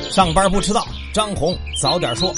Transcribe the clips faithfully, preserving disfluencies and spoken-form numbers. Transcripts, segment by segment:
上班不迟到，张红早点说。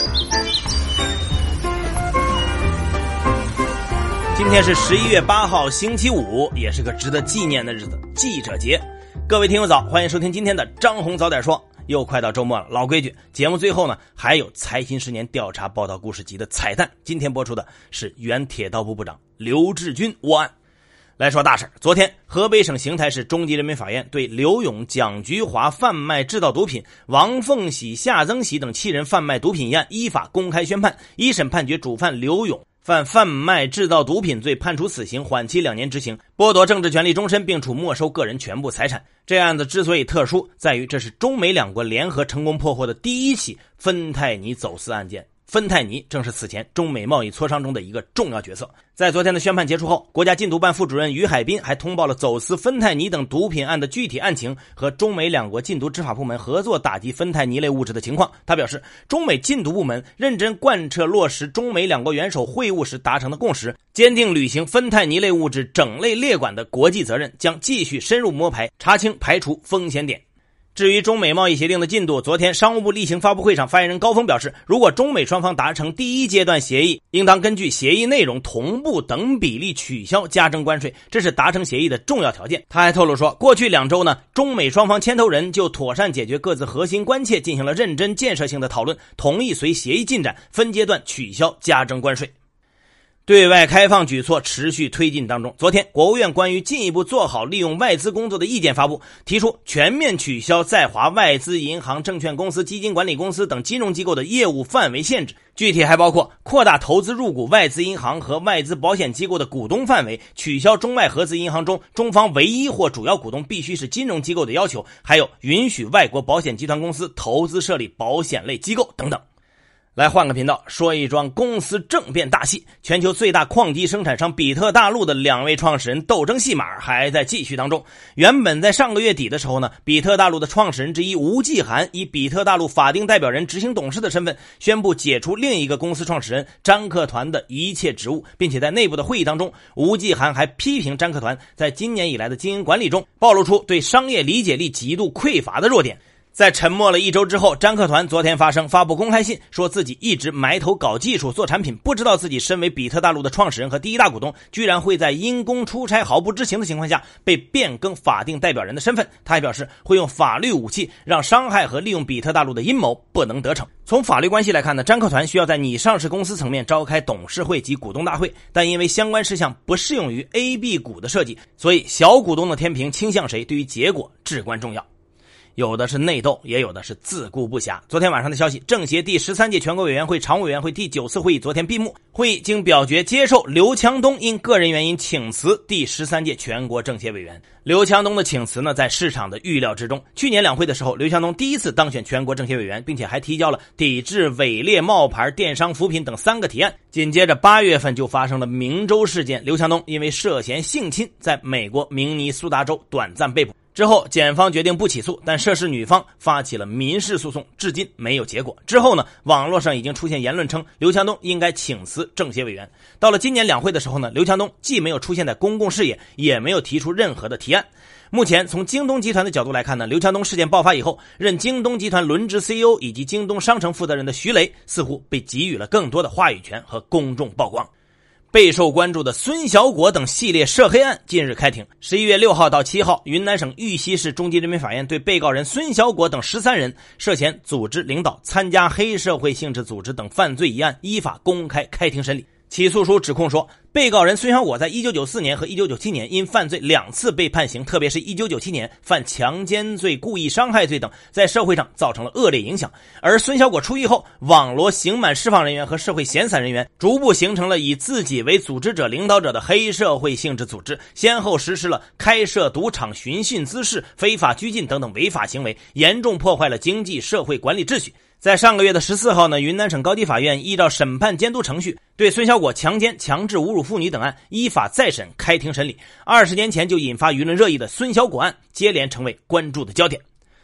今天是十一月八号星期五，也是个值得纪念的日子，记者节。各位听友早，欢迎收听今天的张红早点说。又快到周末了，老规矩，节目最后呢还有财新十年调查报道故事集的彩蛋。今天播出的是原铁道部部长刘志军窝案。来说大事，昨天河北省邢台市中级人民法院对刘勇、蒋菊华贩卖制造毒品、王凤喜、夏增喜等七人贩卖毒品一案依法公开宣判，一审判决主犯刘勇犯贩卖制造毒品罪判处死刑，缓期两年执行，剥夺政治权利终身，并处没收个人全部财产。这案子之所以特殊，在于这是中美两国联合成功破获的第一起芬太尼走私案件。芬太尼正是此前中美贸易磋商中的一个重要角色。在昨天的宣判结束后，国家禁毒办副主任于海滨还通报了走私芬太尼等毒品案的具体案情和中美两国禁毒执法部门合作打击芬太尼类物质的情况。他表示，中美禁毒部门认真贯彻落实中美两国元首会晤时达成的共识，坚定履行芬太尼类物质整类列管的国际责任，将继续深入摸排，查清排除风险点。至于中美贸易协定的进度，昨天商务部例行发布会上，发言人高峰表示，如果中美双方达成第一阶段协议，应当根据协议内容同步等比例取消加征关税，这是达成协议的重要条件。他还透露说，过去两周呢，中美双方牵头人就妥善解决各自核心关切进行了认真建设性的讨论，同意随协议进展分阶段取消加征关税。对外开放举措持续推进当中，昨天国务院关于进一步做好利用外资工作的意见发布，提出全面取消在华外资银行、证券公司、基金管理公司等金融机构的业务范围限制，具体还包括扩大投资入股外资银行和外资保险机构的股东范围，取消中外合资银行中中方唯一或主要股东必须是金融机构的要求，还有允许外国保险集团公司投资设立保险类机构等等。来换个频道，说一桩公司政变大戏。全球最大矿机生产商比特大陆的两位创始人斗争戏码还在继续当中。原本在上个月底的时候呢，比特大陆的创始人之一吴继寒以比特大陆法定代表人、执行董事的身份，宣布解除另一个公司创始人詹克团的一切职务，并且在内部的会议当中，吴继寒还批评詹克团在今年以来的经营管理中暴露出对商业理解力极度匮乏的弱点。在沉默了一周之后，詹克团昨天发声，发布公开信，说自己一直埋头搞技术做产品，不知道自己身为比特大陆的创始人和第一大股东，居然会在因公出差毫不知情的情况下被变更法定代表人的身份。他还表示会用法律武器让伤害和利用比特大陆的阴谋不能得逞。从法律关系来看呢，詹克团需要在拟上市公司层面召开董事会及股东大会，但因为相关事项不适用于 A B 股的设计，所以小股东的天平倾向谁对于结果至关重要。有的是内斗，也有的是自顾不暇。昨天晚上的消息，政协第十三届全国委员会常务委员会第九次会议昨天闭幕，会议经表决接受刘强东因个人原因请辞第十三届全国政协委员。刘强东的请辞呢，在市场的预料之中。去年两会的时候，刘强东第一次当选全国政协委员，并且还提交了抵制伪劣冒牌电商扶贫等三个提案。紧接着八月份就发生了明州事件，刘强东因为涉嫌性侵，在美国明尼苏达州短暂被捕。之后检方决定不起诉，但涉事女方发起了民事诉讼，至今没有结果。之后呢，网络上已经出现言论称刘强东应该请辞政协委员。到了今年两会的时候呢，刘强东既没有出现在公共视野，也没有提出任何的提案。目前从京东集团的角度来看呢，刘强东事件爆发以后，任京东集团轮值 C E O 以及京东商城负责人的徐雷似乎被给予了更多的话语权和公众曝光。备受关注的孙小果等系列涉黑案近日开庭。十一月六号到七号，云南省玉溪市中级人民法院对被告人孙小果等十三人涉嫌组织领导、参加黑社会性质组织等犯罪一案依法公开开庭审理。起诉书指控说，被告人孙小果在一九九四年和一九九七年因犯罪两次被判刑，特别是一九九七年犯强奸罪、故意伤害罪等，在社会上造成了恶劣影响。而孙小果出狱后，网罗刑满释放人员和社会闲散人员，逐步形成了以自己为组织者、领导者的黑社会性质组织，先后实施了开设赌场、寻衅滋事、非法拘禁等等违法行为，严重破坏了经济社会管理秩序。在上个月的十四号呢，云南省高级法院依照审判监督程序，对孙小果强奸、强制侮辱妇女等案依法再审开庭审理。二十年前就引发舆论热议的孙小果案，接连成为关注的焦点。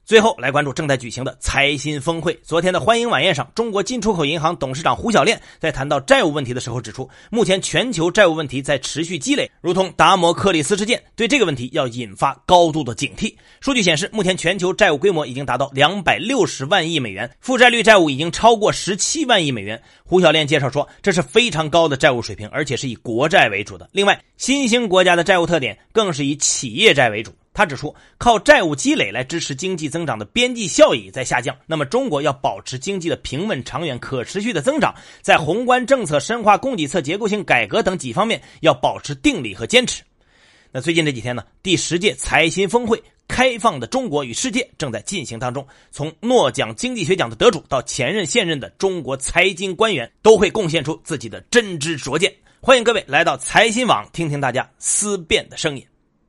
最后来关注正在举行的财新峰会。昨天的欢迎晚宴上，中国进出口银行董事长胡小链在谈到债务问题的时候指出，目前全球债务问题在持续积累，如同达摩克里斯事件，对这个问题要引发高度的警惕。数据显示，目前全球债务规模已经达到两百六十万亿美元，负债率债务已经超过十七万亿美元。胡小链介绍说，这是非常高的债务水平，而且是以国债为主的。另外，新兴国家的债务特点更是以企业债为主。他指出，靠债务积累来支持经济增长的边际效益在下降，那么中国要保持经济的平稳、长远、可持续的增长，在宏观政策深化、供给侧结构性改革等几方面要保持定力和坚持。那最近这几天呢，第十届财新峰会开放的中国与世界正在进行当中，从诺奖经济学奖的得主到前任现任的中国财经官员，都会贡献出自己的真知灼见。欢迎各位来到财新网，听听大家思辨的声音。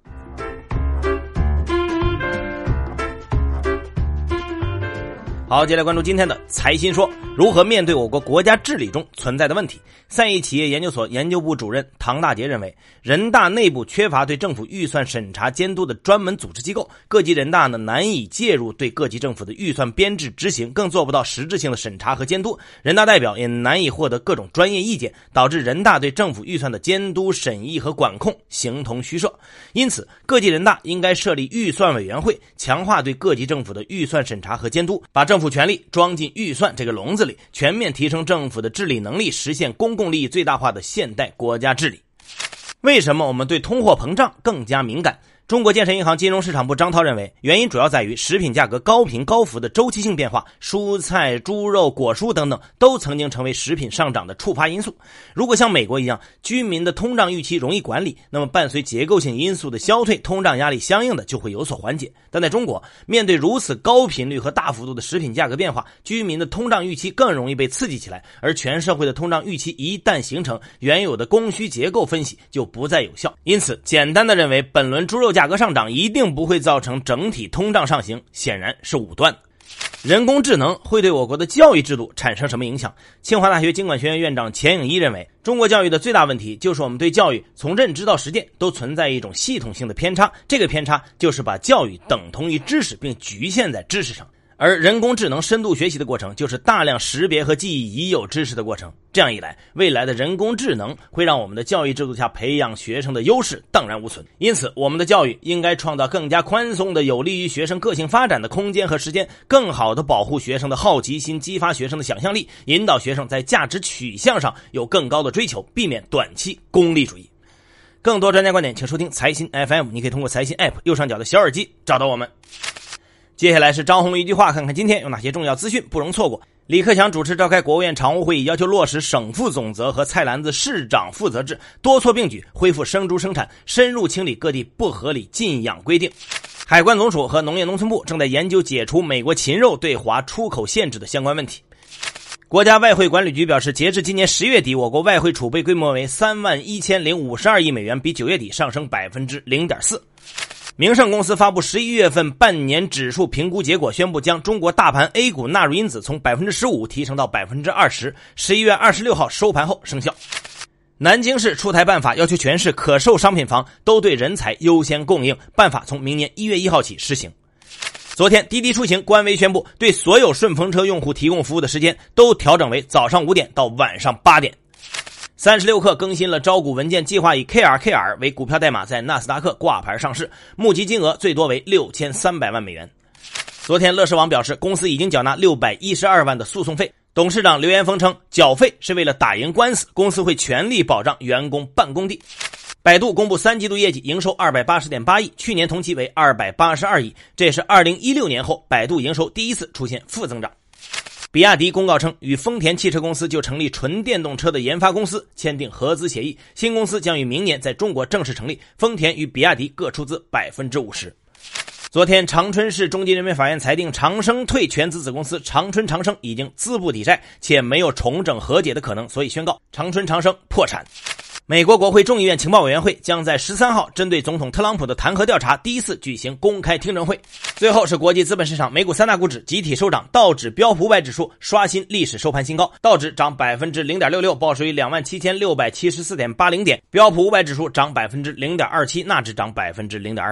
好，接下来关注今天的财新说，如何面对我国国家治理中存在的问题。赛义企业研究所研究部主任唐大杰认为，人大内部缺乏对政府预算审查监督的专门组织机构，各级人大呢难以介入对各级政府的预算编制执行，更做不到实质性的审查和监督，人大代表也难以获得各种专业意见，导致人大对政府预算的监督审议和管控形同虚设。因此，各级人大应该设立预算委员会，强化对各级政府的预算审查和监督，把政府权力装进预算这个笼子里，全面提升政府的治理能力，实现公共利益最大化的现代国家治理。为什么我们对通货膨胀更加敏感？中国建设银行金融市场部张涛认为，原因主要在于食品价格高频高幅的周期性变化，蔬菜、猪肉、果蔬等等都曾经成为食品上涨的触发因素。如果像美国一样，居民的通胀预期容易管理，那么伴随结构性因素的消退，通胀压力相应的就会有所缓解。但在中国，面对如此高频率和大幅度的食品价格变化，居民的通胀预期更容易被刺激起来，而全社会的通胀预期一旦形成，原有的供需结构分析就不再有效。因此，简单的认为本轮猪肉价格上涨一定不会造成整体通胀上行，显然是武断的。人工智能会对我国的教育制度产生什么影响？清华大学经管学院院长钱颖一认为，中国教育的最大问题就是我们对教育从认知到实践都存在一种系统性的偏差，这个偏差就是把教育等同于知识并局限在知识上。而人工智能深度学习的过程就是大量识别和记忆已有知识的过程，这样一来，未来的人工智能会让我们的教育制度下培养学生的优势荡然无存。因此，我们的教育应该创造更加宽松的有利于学生个性发展的空间和时间，更好地保护学生的好奇心，激发学生的想象力，引导学生在价值取向上有更高的追求，避免短期功利主义。更多专家观点请收听财新 F M， 你可以通过财新 App 右上角的小耳机找到我们。接下来是张宏一句话，看看今天有哪些重要资讯不容错过。李克强主持召开国务院常务会议，要求落实省副总责和菜篮子市长负责制，多措并举恢复生猪生产，深入清理各地不合理禁养规定。海关总署和农业农村部正在研究解除美国禽肉对华出口限制的相关问题。国家外汇管理局表示，截至今年十月底，我国外汇储备规模为三万一千零五十二亿美元，比九月底上升 百分之零点四。明晟公司发布十一月份半年指数评估结果，宣布将中国大盘 A 股纳入因子从 百分之十五 提升到 百分之二十， 十一月二十六号收盘后生效。南京市出台办法，要求全市可售商品房都对人才优先供应，办法从明年一月一号起施行。昨天，滴滴出行官微宣布，对所有顺风车用户提供服务的时间都调整为早上五点到晚上八点。三十六氪更新了招股文件，计划以 K R K R 为股票代码在纳斯达克挂牌上市，募集金额最多为六千三百万美元。昨天乐视网表示，公司已经缴纳六百一十二万的诉讼费。董事长刘延峰称，缴费是为了打赢官司，公司会全力保障员工办公地。百度公布三季度业绩，营收 二百八十点八亿，去年同期为二百八十二亿，这也是二零一六年后百度营收第一次出现负增长。比亚迪公告称，与丰田汽车公司就成立纯电动车的研发公司签订合资协议，新公司将于明年在中国正式成立，丰田与比亚迪各出资 百分之五十。昨天，长春市中级人民法院裁定，长生退全资子公司长春长生已经资不抵债，且没有重整和解的可能，所以宣告长春长生破产。美国国会众议院情报委员会将在十三号针对总统特朗普的弹劾调查第一次举行公开听证会。最后是国际资本市场，美股三大股指集体收涨，道指标普五百指数刷新历史收盘新高，道指涨 百分之零点六六， 报收于 两万七千六百七十四点八零点，标普五百指数涨 百分之零点二七， 纳指涨 百分之零点二八。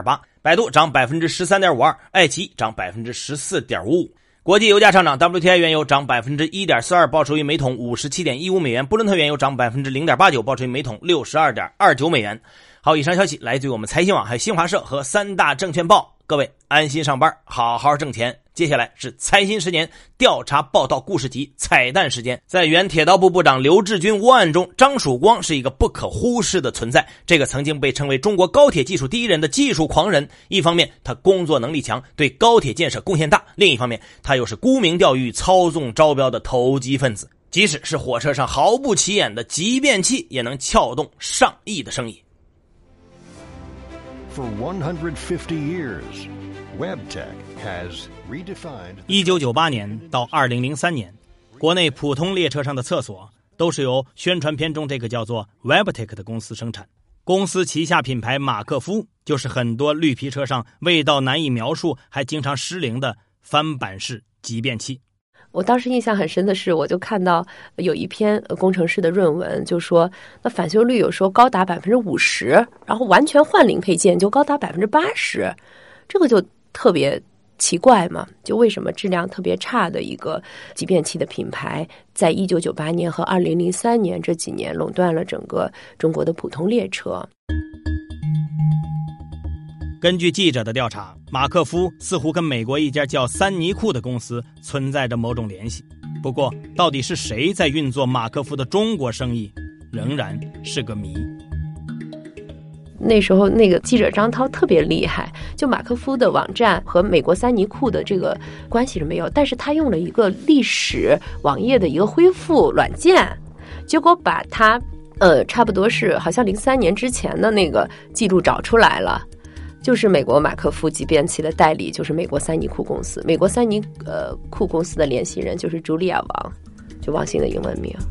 百度涨 百分之十三点五二， 爱奇艺涨 百分之十四点五五。国际油价上涨 ，W T I 原油涨 百分之一点四二， 报收于每桶 五十七点一五美元，布伦特原油涨 百分之零点八九， 报收于每桶 六十二点二九美元。好，以上消息来自于我们财新网、还有新华社和三大证券报。各位安心上班，好好挣钱。接下来是财新十年调查报道故事集彩蛋时间。在原铁道部部长刘志军窝案中，张曙光是一个不可忽视的存在。这个曾经被称为中国高铁技术第一人的技术狂人，一方面他工作能力强，对高铁建设贡献大，另一方面他又是沽名钓誉、操纵招标的投机分子。即使是火车上毫不起眼的集变器，也能撬动上亿的生意。 For one hundred fifty years, WebTech has redefined. 一九九八年到二零零三年，国内普通列车上的厕所都是由宣传片中这个叫做 WebTech 的公司生产。公司旗下品牌马克夫就是很多绿皮车上味道难以描述还经常失灵的翻版式集变器。 我当时印象很深的是，我就看到有一篇工程师的论文，就说那返修率有时候高达百分之五十，然后完全换零配件就高达百分之八十，这个就特别奇怪嘛，就为什么质量特别差的一个集变器的品牌，在一九九八年和二零零三年这几年垄断了整个中国的普通列车。 根据记者的调查，马克夫似乎跟美国一家叫三尼库的公司存在着某种联系。不过，到底是谁在运作马克夫的中国生意，仍然是个谜。 那时候那个记者张涛特别厉害，就马克夫的网站和美国三尼库的这个关系是没有，但是他用了一个历史网页的一个恢复软件，结果把他呃差不多是好像零三年之前的那个记录找出来了。就是美国马克夫集变器的代理，就是美国三尼库公司。美国三尼呃库公司的联系人就是茱莉亚王，就王兴的英文名。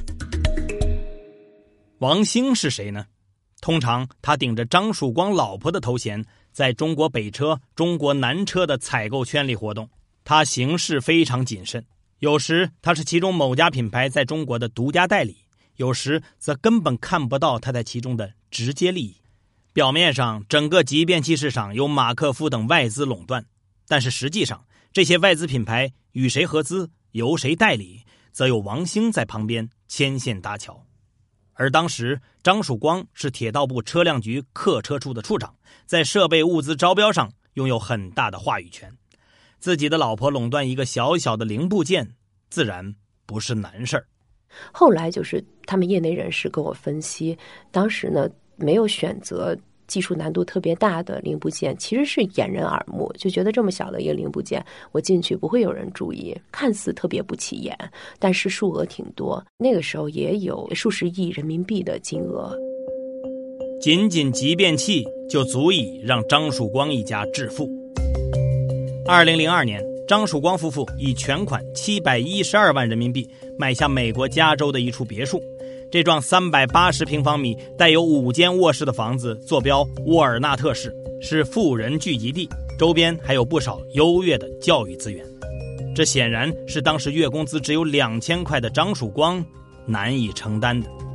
王兴是谁呢？通常他顶着张曙光老婆的头衔，在中国北车、中国南车的采购圈里活动。他行事非常谨慎，有时他是其中某家品牌在中国的独家代理，有时则根本看不到他在其中的直接利益。表面上，整个集变器市场由马克夫等外资垄断，但是实际上，这些外资品牌与谁合资、由谁代理，则有王兴在旁边牵线搭桥。而当时，张曙光是铁道部车辆局客车处的处长，在设备物资招标上拥有很大的话语权。自己的老婆垄断一个小小的零部件，自然不是难事儿。 后来就是他们业内人士跟我分析，当时呢，没有选择技术难度特别大的零部件，其实是掩人耳目，就觉得这么小的一个零部件我进去不会有人注意，看似特别不起眼，但是数额挺多，那个时候也有数十亿人民币的金额。 仅仅集变器就足以让张曙光一家致富。二零零二年，张曙光夫妇以全款七百一十二万人民币买下美国加州的一处别墅。这幢三百八十平方米、带有五间卧室的房子坐标沃尔纳特市，是富人聚集地，周边还有不少优越的教育资源。这显然是当时月工资只有两千块的张曙光难以承担的。